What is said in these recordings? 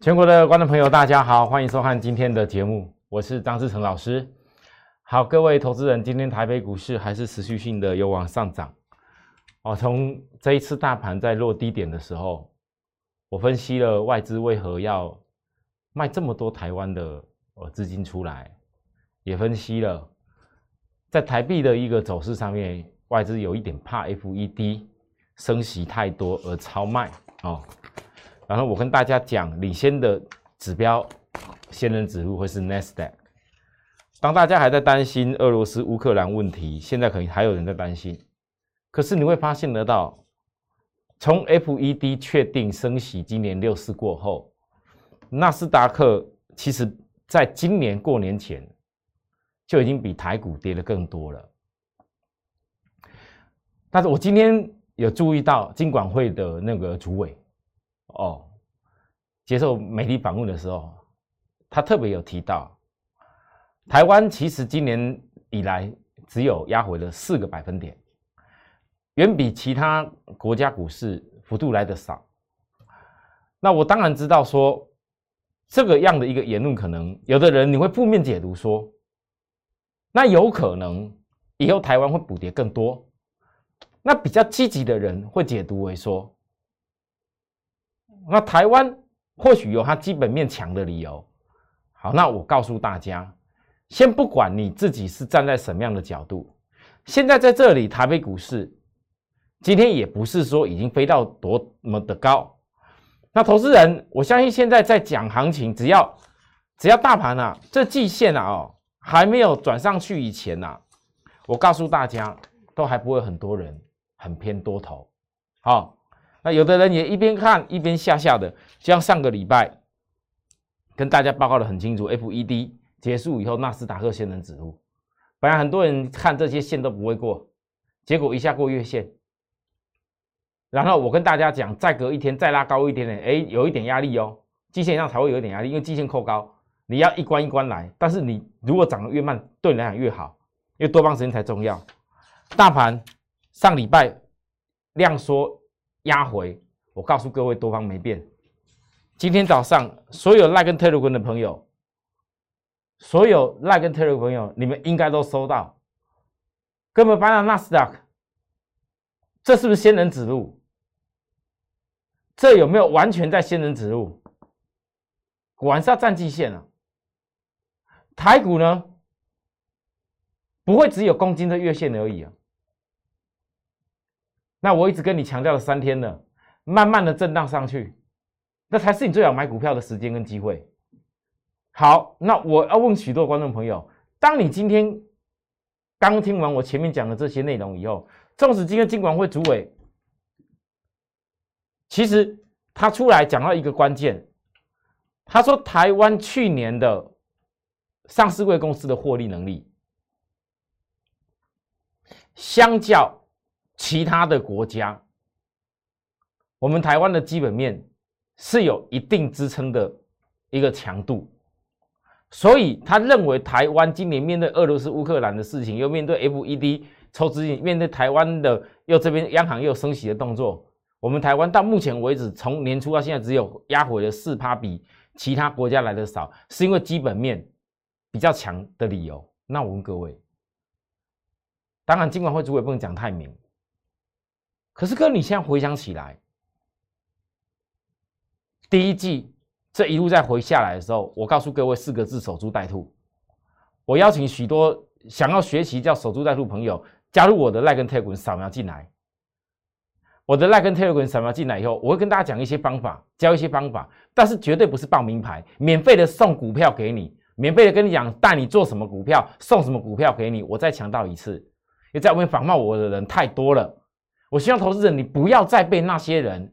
全国的观众朋友，大家好，欢迎收看今天的节目，我是张志成老师。好，各位投资人，今天台北股市还是持续性的有往上涨。从这一次大盘在落低点的时候，我分析了外资为何要卖这么多台湾的资金出来，也分析了在台币的一个走势上面，外资有一点怕 FED 升息太多而超卖然后我跟大家讲，领先的指标仙人指数会是 Nasdaq。当大家还在担心俄罗斯乌克兰问题，现在可能还有人在担心。可是你会发现得到，从 FED 确定升息今年6次过后，纳斯达克其实在今年过年前就已经比台股跌得更多了。但是我今天有注意到金管会的那个主委接受媒体访问的时候，他特别有提到，台湾其实今年以来只有压回了4个百分点，远比其他国家股市幅度来得少。那我当然知道说，这个样的一个言论，可能有的人你会负面解读说，那有可能以后台湾会补跌更多。那比较积极的人会解读为说，那台湾或许有它基本面强的理由。好，那我告诉大家，先不管你自己是站在什么样的角度，现在在这里台北股市今天也不是说已经飞到多么的高。那投资人，我相信现在在讲行情，只要大盘这季线还没有转上去以前我告诉大家，都还不会很多人很偏多头。那有的人也一边看一边下的，就像上个礼拜跟大家报告的很清楚 ，FED 结束以后，纳斯达克仙人指数，本来很多人看这些线都不会过，结果一下过月线，然后我跟大家讲，再隔一天再拉高一点点，有一点压力季线上才会有一点压力，因为季线扣高，你要一关一关来，但是你如果涨得越慢，对你来讲越好，因为多方时间才重要。大盘上礼拜量缩压回，我告诉各位，多方没变。今天早上所有 Line 跟 Telegram 的朋友，你们应该都收到。根本发现纳斯达克，这是不是仙人指路？这有没有完全在仙人指路？果然是要站季线台股呢，不会只有公斤的月线而已那我一直跟你强调了3天了，慢慢的震荡上去，那才是你最好买股票的时间跟机会。好，那我要问许多观众朋友，当你今天刚听完我前面讲的这些内容以后，纵使今天金管会主委，其实他出来讲到一个关键，他说台湾去年的上市柜公司的获利能力，相较其他的国家，我们台湾的基本面是有一定支撑的一个强度，所以他认为台湾今年面对俄罗斯乌克兰的事情，又面对 FED 抽资金，面对台湾的又这边央行又升息的动作，我们台湾到目前为止从年初到现在只有压回了4%，比其他国家来的少，是因为基本面比较强的理由。那我问各位，当然金管会主委不能讲太明，可是哥，你现在回想起来，第一季这一路再回下来的时候，我告诉各位4个字：守株待兔。我邀请许多想要学习叫守株待兔朋友加入我的 Line 跟 Telegram 扫描进来。我的 Line 跟 Telegram 扫描进来以后，我会跟大家讲一些方法，教一些方法，但是绝对不是报名牌，免费的送股票给你，免费的跟你讲带你做什么股票，送什么股票给你。我再强调一次，因为在外面仿冒我的人太多了。我希望投资人你不要再被那些人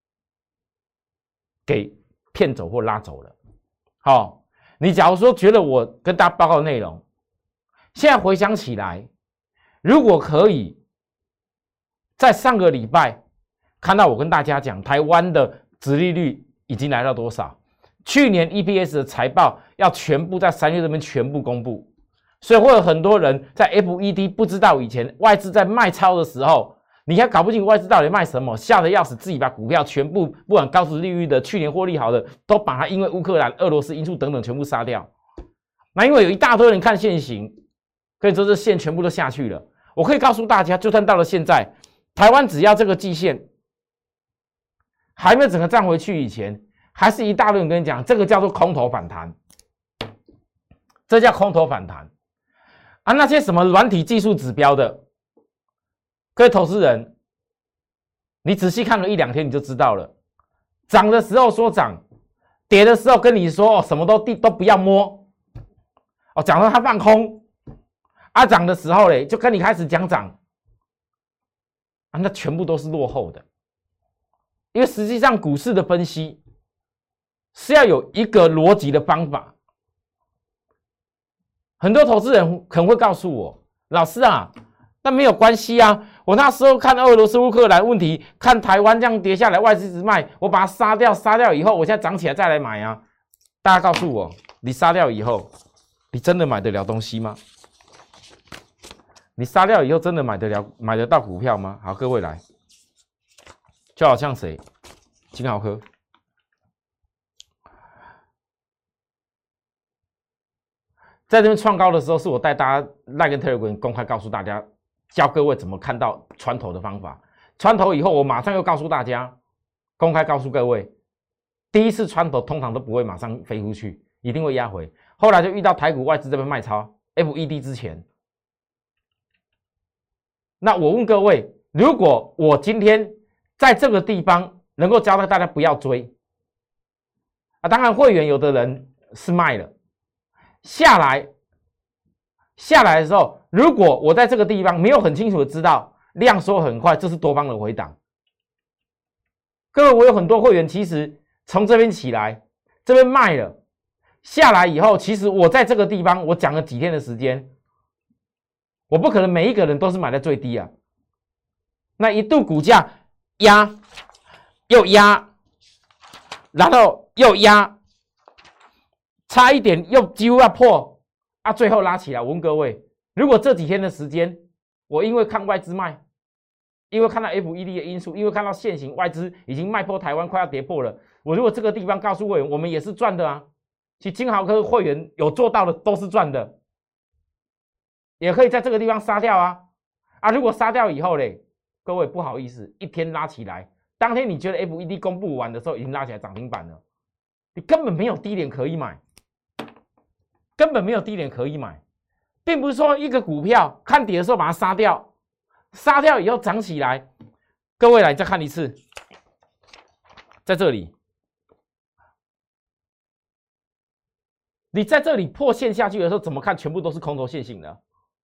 给骗走或拉走了。你假如说觉得我跟大家报告的内容，现在回想起来，如果可以在上个礼拜看到我跟大家讲台湾的殖利率已经来到多少，去年 EPS 的财报要全部在3月这边全部公布，所以会有很多人在 FED 不知道以前外资在卖超的时候， 你还搞不清楚外资到底卖什么，吓得要死，自己把股票全部不管高殖利率的、去年获利好的，都把它因为乌克兰、俄罗斯因素等等全部杀掉。那因为有一大堆人看现行，可以说这线全部都下去了。我可以告诉大家，就算到了现在，台湾只要这个季线还没有整个站回去以前，还是一大堆人跟你讲，这个叫做空头反弹，这叫空头反弹啊！那些什么软体技术指标的。各位投资人，你仔细看了1-2天你就知道了。涨的时候说涨，跌的时候跟你说什么都不要摸，讲到它放空，涨的时候嘞就跟你开始讲涨，那全部都是落后的。因为实际上股市的分析是要有一个逻辑的方法。很多投资人可能会告诉我，老师啊，那没有关系啊。我那时候看俄罗斯乌克兰问题，看台湾这样跌下来，外资一直卖，我把它杀掉，杀掉以后，我现在涨起来再来买啊！大家告诉我，你杀掉以后，你真的买得了东西吗？你杀掉以后真的买得到股票吗？好，各位来，就好像谁，金豪科，在这边创高的时候，是我带大家赖跟 Telegram 公开告诉大家。教各位怎么看到穿头的方法。穿头以后，我马上又告诉大家，公开告诉各位，第一次穿头通常都不会马上飞出去，一定会压回。后来就遇到台股外资这边卖超 FED 之前，那我问各位，如果我今天在这个地方能够教大家不要追，当然会员有的人是卖了，下来的时候。如果我在这个地方没有很清楚的知道量缩很快，这是多方的回档。各位，我有很多会员，其实从这边起来，这边卖了，下来以后，其实我在这个地方，我讲了几天的时间，我不可能每一个人都是买在最低啊。那一度股价压又压，然后又压，差一点又几乎要破最后拉起来。我问各位。如果这几天的时间，我因为看外资卖，因为看到 FED 的因素，因为看到现行外资已经卖破台湾，快要跌破了，我如果这个地方告诉会员，我们也是赚的啊。其实金豪科会员有做到的都是赚的，也可以在这个地方杀掉啊。如果杀掉以后嘞，各位不好意思，一天拉起来，当天你觉得 FED 公布完的时候已经拉起来涨停板了，你根本没有低点可以买，根本没有低点可以买。并不是说一个股票看跌的时候把它杀掉，杀掉以后涨起来。各位来再看一次，在这里，你在这里破线下去的时候，怎么看全部都是空头线型的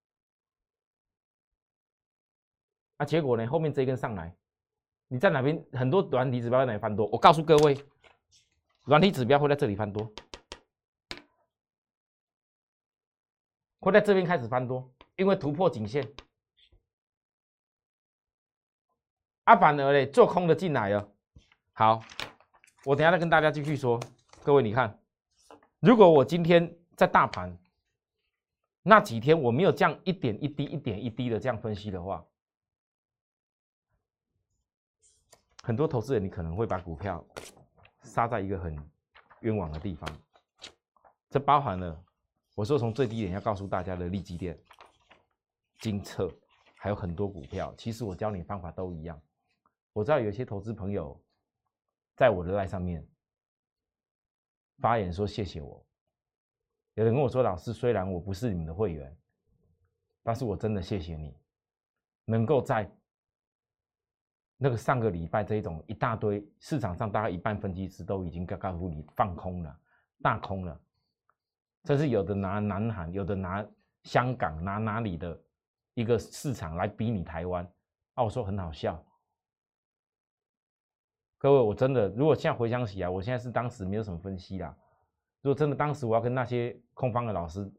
结果呢，后面这一根上来，你在哪边？很多软体指标在哪里翻多？我告诉各位，软体指标会在这里翻多。会在这边开始翻多，因为突破颈线，反而嘞做空的进来了。好，我等一下再跟大家继续说。各位，你看，如果我今天在大盘那几天我没有这样一点一滴、一点一滴的这样分析的话，很多投资人你可能会把股票杀在一个很冤枉的地方，这包含了。我说从最低点要告诉大家的利基电、精测，还有很多股票，其实我教你方法都一样。我知道有一些投资朋友在我的 LINE 上面发言说谢谢我，有人跟我说老师，虽然我不是你们的会员，但是我真的谢谢你，能够在那个上个礼拜这一种一大堆市场上大概一半分析师都已经告诉你放空了，大空了。甚至有的拿南韩，有的拿香港，拿哪里的一个市场来比你台湾我说很好笑。各位，我真的，如果现在回想起来，我现在是当时没有什么分析啦。如果真的当时我要跟那些空方的老师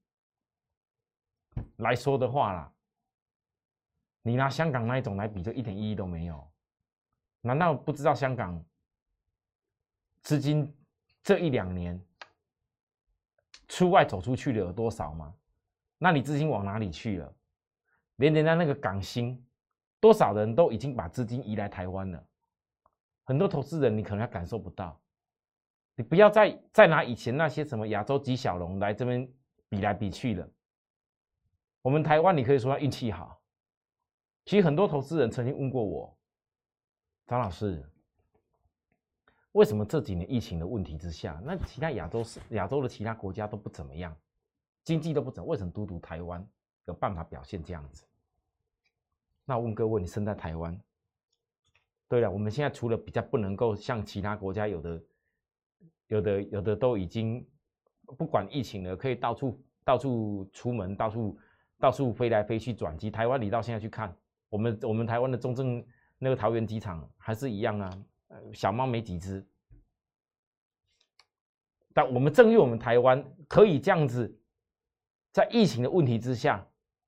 来说的话啦，你拿香港那一种来比，就一点意义都没有。难道不知道香港资金这1-2年出外走出去的有多少吗？那你资金往哪里去了？连人家那个港星多少人都已经把资金移来台湾了。很多投资人你可能还感受不到，你不要再拿以前那些什么亚洲几小龙来这边比来比去了。我们台湾你可以说他运气好，其实很多投资人曾经问过我，张老师，为什么这几年疫情的问题之下，那其他亚洲的其他国家都不怎么样，经济都不怎么，为什么独独台湾有办法表现这样子？那我问各位，你身在台湾，对了，我们现在除了比较不能够像其他国家有的都已经不管疫情了，可以到处出门，到处飞来飞去转机。台湾你到现在去看，我们台湾的中正那个桃园机场还是一样啊，小猫没几只。但我们正因为我们台湾可以这样子，在疫情的问题之下，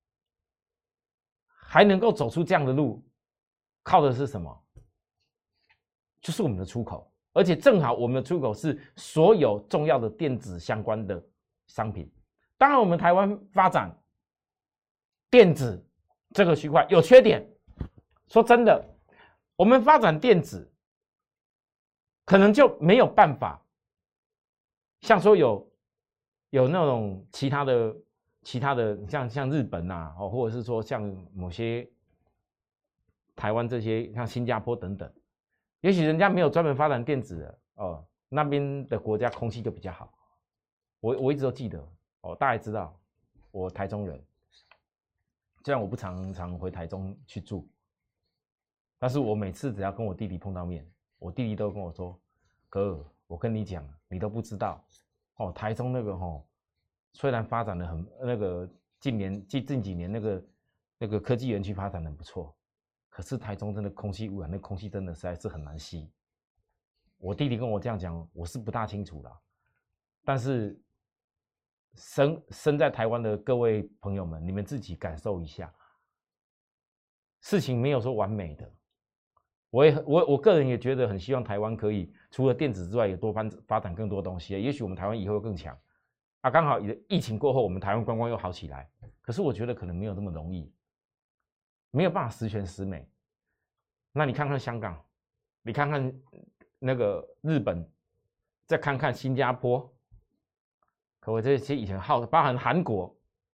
还能够走出这样的路，靠的是什么？就是我们的出口，而且正好我们的出口是所有重要的电子相关的商品。当然，我们台湾发展电子这个区块有缺点。说真的，我们发展电子，可能就没有办法像说有那种其他的，像日本啊，或者是说像某些台湾这些，像新加坡等等。也许人家没有专门发展电子的哦，那边的国家空气就比较好。我一直都记得哦，大家也知道我台中人，虽然我不常回台中去住，但是我每次只要跟我弟弟碰到面，我弟弟都跟我说：“哥，我跟你讲，你都不知道哦，台中那个虽然发展的很那个近几年那个科技园区发展的很不错。”可是台中真的空气污染，那空气真的实在是很难吸。我弟弟跟我这样讲，我是不大清楚啦。但是身在台湾的各位朋友们，你们自己感受一下，事情没有说完美的。我个人也觉得很希望台湾可以除了电子之外，也多发展更多东西。也许我们台湾以后会更强啊。刚好疫情过后，我们台湾观光又好起来。可是我觉得可能没有那么容易。没有办法十全十美，那你看看香港，你看看那个日本，再看看新加坡，可谓这些以前包含韩国，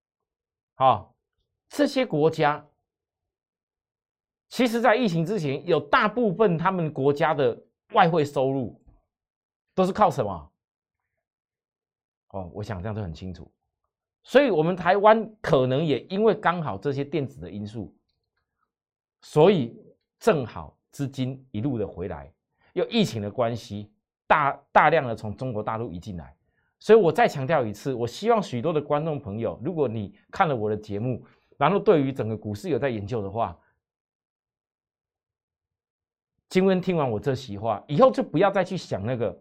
这些国家，其实在疫情之前，有大部分他们国家的外汇收入都是靠什么？我想这样就很清楚。所以，我们台湾可能也因为刚好这些电子的因素。所以正好资金一路的回来，又疫情的关系，大量的从中国大陆移进来，所以我再强调一次，我希望许多的观众朋友，如果你看了我的节目，然后对于整个股市有在研究的话，今天听完我这席话，以后就不要再去想那个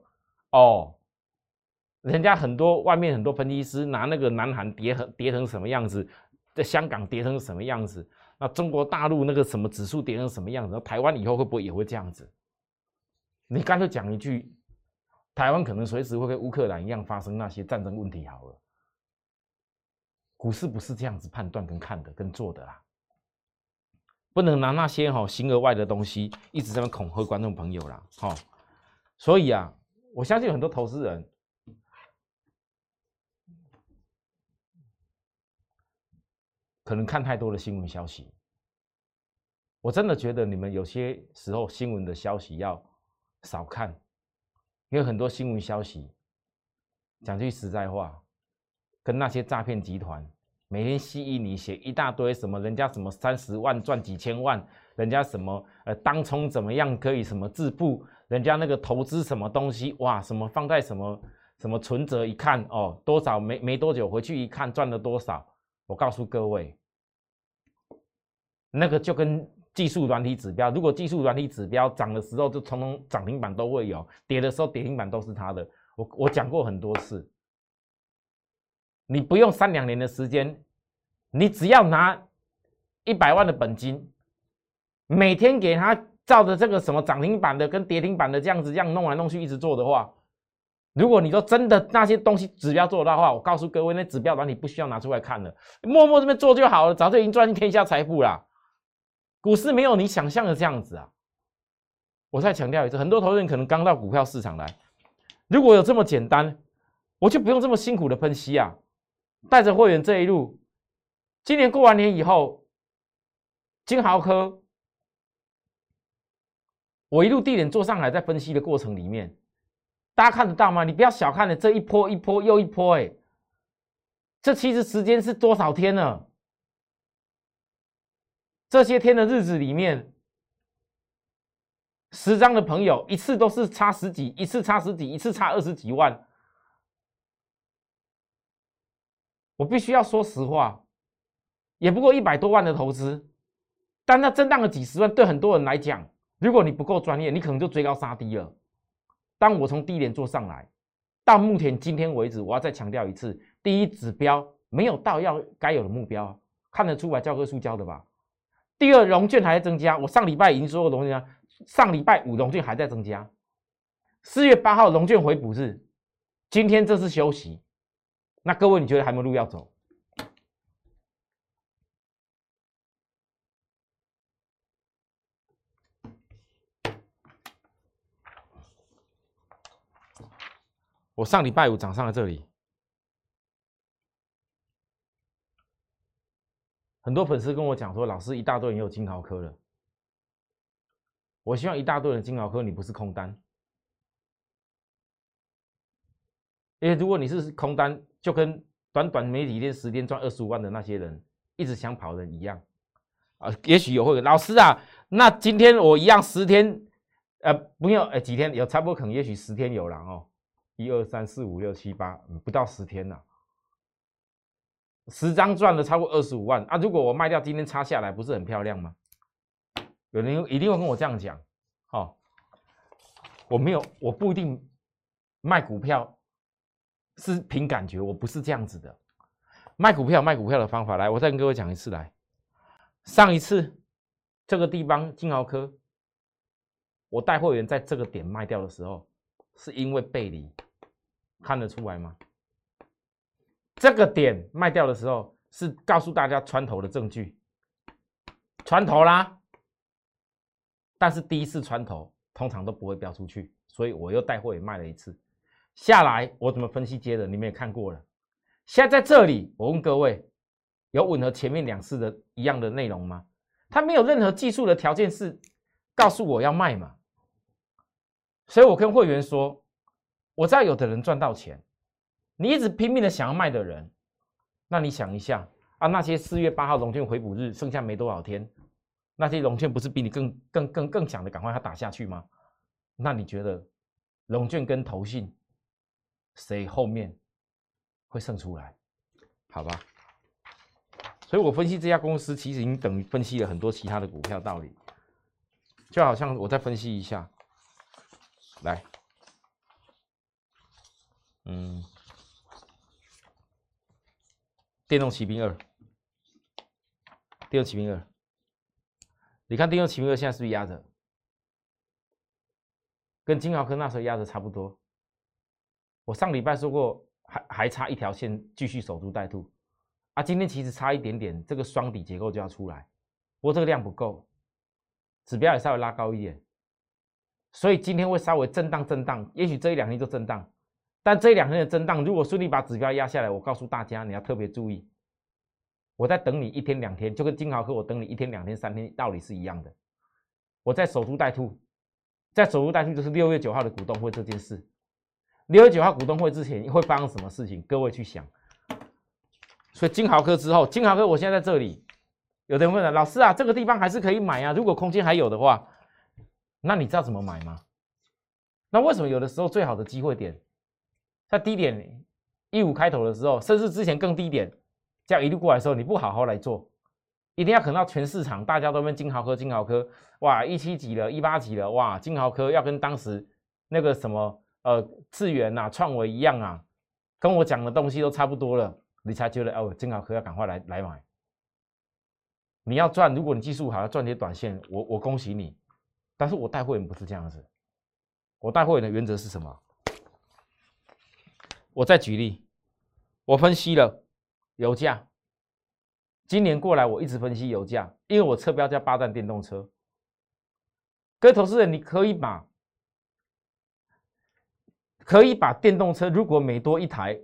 人家外面很多分析师拿那个南韩跌成什么样子，在香港跌成什么样子。那中国大陆那个什么指数跌成什么样子？台湾以后会不会也会这样子？你干脆讲一句，台湾可能随时会跟乌克兰一样发生那些战争问题好了。股市不是这样子判断跟看的跟做的啦，不能拿那些形而外的东西一直在那恐吓观众朋友啦。所以啊，我相信有很多投资人。可能看太多的新闻消息，我真的觉得你们有些时候新闻的消息要少看，因为很多新闻消息，讲句实在话，跟那些诈骗集团每天吸引你写一大堆什么人家什么30万赚几千万，人家什么当冲怎么样可以什么致富，人家那个投资什么东西哇，什么放在什么存折一看多少没多久回去一看赚了多少。我告诉各位，那个就跟技术软体指标，如果技术软体指标涨的时候就通通涨停板都会有，跌的时候跌停板都是它的。我讲过很多次，你不用3-2年的时间，你只要拿100万的本金，每天给他照着这个什么涨停板的跟跌停板的这样弄来弄去一直做的话，如果你都真的那些东西指标做得到的话，我告诉各位，那指标软体不需要拿出来看了，默默这边做就好了，早就已经赚进天下财富啦。 股市没有你想象的这样子啊！我再强调一次，很多投资人可能刚到股票市场来，如果有这么简单，我就不用这么辛苦的分析啊！带着会员这一路，今年过完年以后，金豪科，我一路低点做上来，在分析的过程里面，大家看得到吗？你不要小看了这一波一波又一波，这其实时间是多少天了？这些天的日子里面，10张的朋友一次都是差10几，一次差10几，一次差20几万。我必须要说实话，也不过100多万的投资，但那震荡了几十万，对很多人来讲，如果你不够专业，你可能就追高杀低了。当我从低点做上来，到目前今天为止，我要再强调一次，第一指标没有到该有的目标，看得出来教科书教的吧？第二，融券还在增加，我上礼拜已经说过融券，上礼拜5融券还在增加。4月8号融券回补日，今天这是休息。那各位，你觉得还有没有路要走？我上礼拜5涨上了这里，很多粉丝跟我讲说，老师一大堆人有金豪科了。我希望一大堆人金豪科，你不是空单，因为如果你是空单，就跟短没几天10天赚25万的那些人，一直想跑的人一样啊。也许有会老师啊，那今天我一样10天，不用几天有差不多可能，也许10天有了哦。1、2、3、4、5、6、7、8，不到10天了，10张赚了超过25万啊！如果我卖掉，今天差下来，不是很漂亮吗？有人一定会跟我这样讲，哦，我不一定卖股票是凭感觉，我不是这样子的。卖股票的方法，来，我再跟各位讲一次。来，上一次这个地方金豪科，我带会员在这个点卖掉的时候，是因为背离，看得出来吗？这个点卖掉的时候，是告诉大家穿头的证据，穿头啦。但是第一次穿头通常都不会飙出去，所以我又带会员卖了一次。下来我怎么分析接的，你们也看过了。现在在这里，我问各位，有吻合前面2次的一样的内容吗？它没有任何技术的条件是告诉我要卖嘛。所以我跟会员说，我知道有的人赚到钱，你一直拼命的想要卖的人，那你想一下啊，那些4月8号融券回补日剩下没多少天，那些融券不是比你更想的赶快它打下去吗？那你觉得融券跟投信谁后面会胜出来？好吧，所以我分析这家公司其实已经等于分析了很多其他的股票道理，就好像我再分析一下，来，电动骑兵2，电动骑兵2，你看电动骑兵2现在是不是压着？跟金豪科那时候压着差不多。我上礼拜说过，还差一条线继续守株待兔啊。今天其实差一点点，这个双底结构就要出来，不过这个量不够，指标也稍微拉高一点，所以今天会稍微震荡，也许这1、2天就震荡，但这1、2天的震荡，如果顺利把指标压下来，我告诉大家你要特别注意，我在等你1天2天，就跟金豪科我等你1天2天3天道理是一样的，我在守株待兔。在守株待兔就是6月9号的股东会这件事。6月9号股东会之前会发生什么事情？各位去想。所以金豪科之后，金豪科我现在在这里，有的人问了，老师啊，这个地方还是可以买啊，如果空间还有的话，那你知道怎么买吗？那为什么有的时候最好的机会点，在低点15开头的时候，甚至之前更低点，这样一路过来的时候，你不好好来做？一定要等到全市场大家都问金豪科，哇，17几了，18几了，哇，金豪科要跟当时那个什么智原啊、创维一样啊，跟我讲的东西都差不多了，你才觉得哦，金豪科要赶快来买。你要赚，如果你技术好，要赚点短线，我恭喜你。但是我带会员不是这样子，我带会员的原则是什么？我再举例，我分析了油价。 今年过来我一直分析油价，因为我车标叫霸占电动车。各位投资人，你可以把电动车，如果每多一台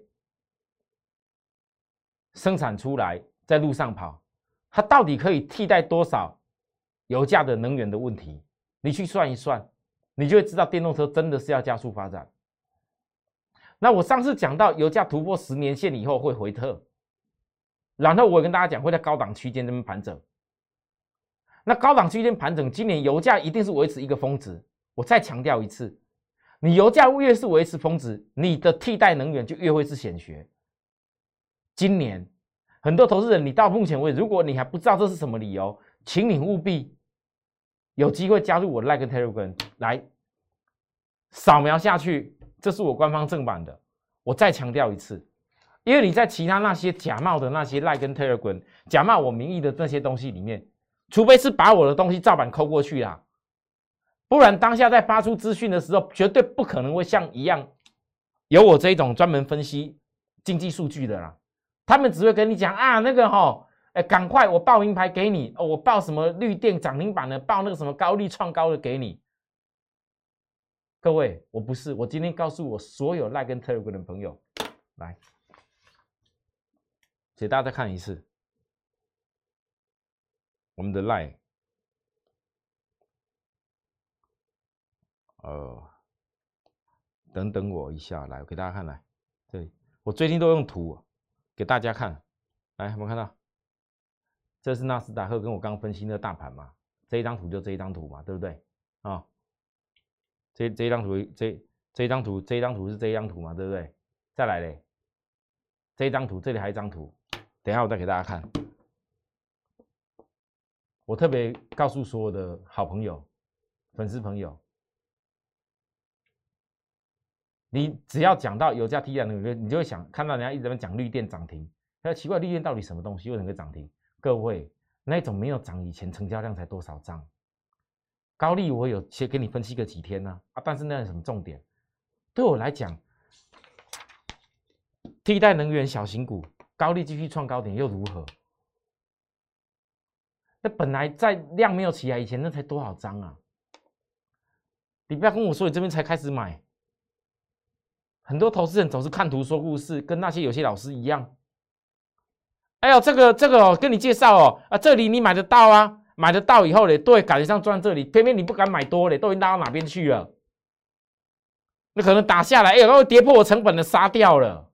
生产出来，在路上跑，它到底可以替代多少油价的能源的问题？你去算一算，你就会知道电动车真的是要加速发展。那我上次讲到油价突破10年线以后会回撤，然后我也跟大家讲会在高档区间这边盘整。那高档区间盘整，今年油价一定是维持一个峰值。我再强调一次，你油价越是维持峰值，你的替代能源就越会是显学。今年很多投资人，你到目前为止，如果你还不知道这是什么理由，请你务必有机会加入我的 Line 跟 Telegram 来扫描下去，这是我官方正版的。我再强调一次，因为你在其他那些假冒的那些 Line 跟 Telegram 假冒我名义的那些东西里面，除非是把我的东西照版抠过去啦，不然当下在发出资讯的时候，绝对不可能会像一样有我这一种专门分析经济数据的啦。他们只会跟你讲啊，那个赶快我报名牌给你，我报什么绿电涨停板的，报那个什么高利创高的给你。各位，我不是，我今天告诉我所有 Line 跟 Telegram 的朋友，来，给大家再看一次我们的 Line， 等等我一下，来，我给大家看，来，这里我最近都用图给大家看，来，有没有看到？这是纳斯达克跟我刚分析的大盘嘛，这一张图就这一张图嘛，对不对？这一张图，这一张图是这一张图嘛，对不对？再来嘞，这一张图这里还有一张图，等一下我再给大家看。我特别告诉所有的好朋友、粉丝朋友，你只要讲到油价替代能源，你就会想看到人家一直在讲绿电涨停，奇怪，绿电到底什么东西？为什么会涨停？各位，那一种没有涨以前成交量才多少张？高利我有先给你分析个几天呢但是那有什么重点？对我来讲，替代能源小型股，高利继续创高点又如何？那本来在量没有起来以前，那才多少张啊？你不要跟我说你这边才开始买。很多投资人总是看图说故事，跟那些有些老师一样。哎呦，这个跟你介绍这里你买得到啊，买得到以后嘞，对，感觉上赚这里，偏偏你不敢买多嘞，都已经拉到哪边去了？那可能打下来，然后跌破我成本的杀掉了。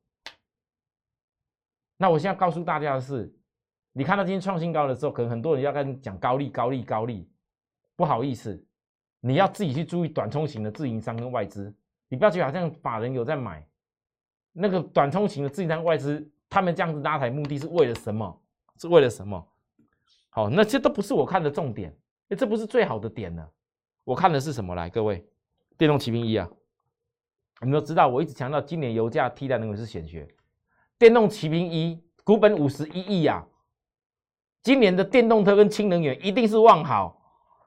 那我现在告诉大家的是，你看到今天创新高的时候，可能很多人要跟你讲高利，不好意思，你要自己去注意短冲型的自营商跟外资，你不要觉得好像法人有在买，那个短冲型的自营商外资。他们这样子拉抬目的是为了什么？是为了什么？好，那这都不是我看的重点，这不是最好的点呢。我看的是什么？来，各位，电动骑兵1啊，你们都知道，我一直强调今年油价替代能源是显学。电动骑兵1股本51亿啊，今年的电动车跟氢能源一定是旺好。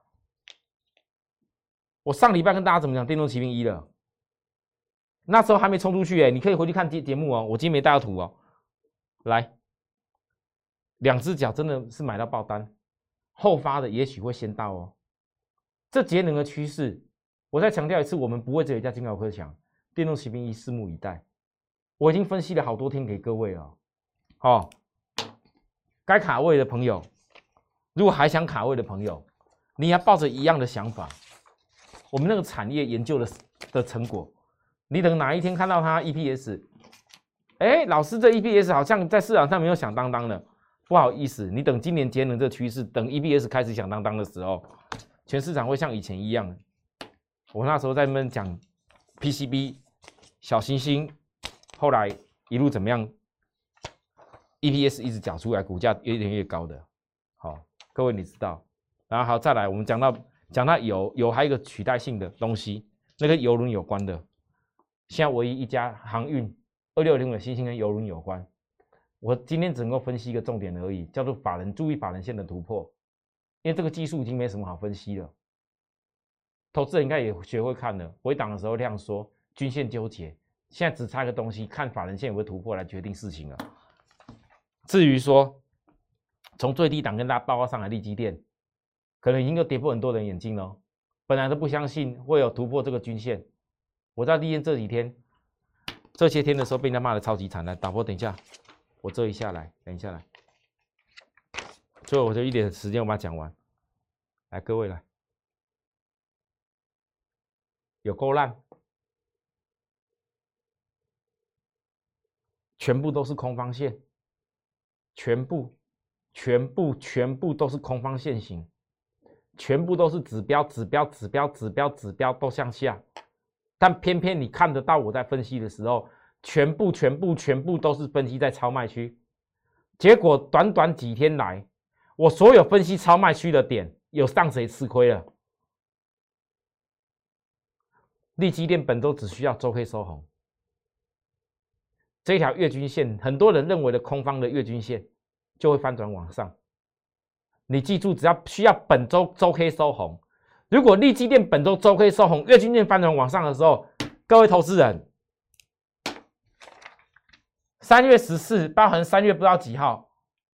我上礼拜跟大家怎么讲电动骑兵1了？那时候还没冲出去你可以回去看节目我今天没带到图来，2只脚真的是买到爆单，后发的也许会先到这节能的趋势，我再强调一次，我们不会只有一家金豪科强，电动骑兵1拭目以待。我已经分析了好多天给各位了，该卡位的朋友，如果还想卡位的朋友，你还抱着一样的想法，我们那个产业研究的成果，你等哪一天看到它 EPS。老师，这 EPS 好像在市场上没有响当当的，不好意思，你等今年节能这趋势，等 EPS 开始响当当的时候，全市场会像以前一样。我那时候在那边讲 PCB 小行星，后来一路怎么样 ？EPS 一直缴出来，股价越来越高的。好，各位你知道，然后好再来，我们讲到油还有一个取代性的东西，那跟油轮有关的，现在唯一一家航运。260的新兴跟油轮有关，我今天只能够分析一个重点而已，叫做注意法人线的突破，因为这个技术已经没什么好分析了。投资人应该也学会看了，回档的时候量缩，均线纠结，现在只差一个东西，看法人线有没有突破来决定事情了。至于说从最低档跟大家报告上来，利基电可能已经又跌破很多人眼睛了。本来都不相信会有突破这个均线，我在利验这几天、这些天的时候被人家骂的超级惨的。导播，等一下，我遮一下来，等一下来。最后我就一点时间我把它讲完。来，各位来，有够烂，全部都是空方线，全部都是空方线型，全部都是指标都向下，但偏偏你看得到我在分析的时候，全部都是分析在超卖区，结果短短几天来，我所有分析超卖区的点，有让谁吃亏了？利基电本周只需要周 K 收红，这条月均线，很多人认为的空方的月均线就会翻转往上。你记住，只要需要本周周 K 收红，如果利基电本周周 K 收红，月均线翻转往上的时候，各位投资人，3月14，包含3月不知道几号，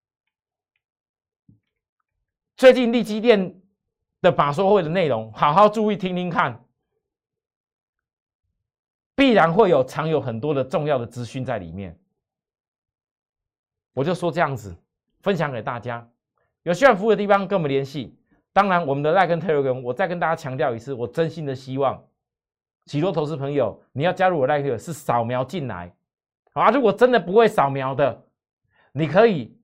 最近利基电的法说会的内容，好好注意听听看。必然会藏有很多的重要的资讯在里面，我就说这样子分享给大家。有需要服务的地方跟我们联系。当然，我们的 Line 跟 Telegram， 我再跟大家强调一次，我真心的希望许多投资朋友，你要加入我 Line 是扫描进来，好啊。如果真的不会扫描的，你可以，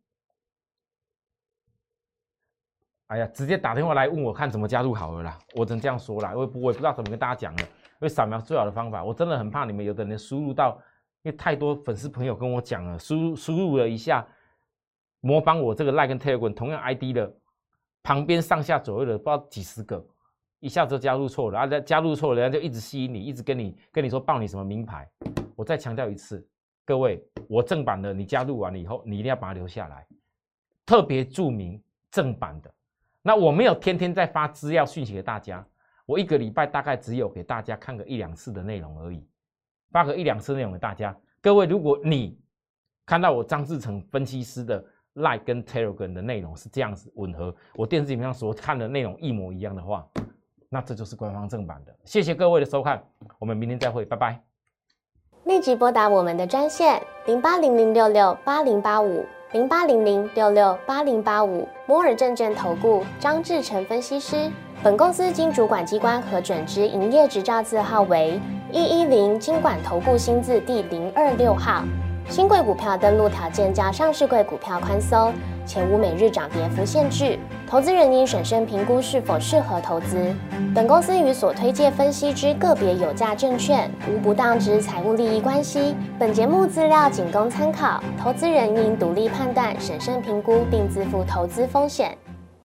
直接打电话来问我看怎么加入好了啦。我只能这样说啦，我也不知道怎么跟大家讲了。因为扫描最好的方法，我真的很怕你们有的人输入到，因为太多粉丝朋友跟我讲了，输入了一下，模仿我这个 Line 跟 Telegram 同样 ID 的，旁边上下左右的不知道几十个，一下子就加入错了，加入错了，人家就一直吸引你，一直跟你说报你什么名牌。我再强调一次，各位，我正版的，你加入完了以后，你一定要把它留下来，特别注明正版的。那我没有天天在发资料讯息给大家。我一个礼拜大概只有给大家看个1-2次的内容而已，发个1-2次内容给大家。各位，如果你看到我张志成分析师的 Line 跟 Telegram 的内容是这样子吻合，我电视影片上所看的内容一模一样的话，那这就是官方正版的。谢谢各位的收看，我们明天再会，拜拜。 立即拨打我们的专线08006680850800668085摩尔证券投顾张志成分析师。本公司经主管机关核准之营业执照字号为110金管投顾新字第026号。新贵股票登录条件较上市贵股票宽松，且无每日涨跌幅限制。投资人应审慎评估是否适合投资。本公司与所推介分析之个别有价证券无不当之财务利益关系。本节目资料仅供参考，投资人应独立判断、审慎评估并自负投资风险。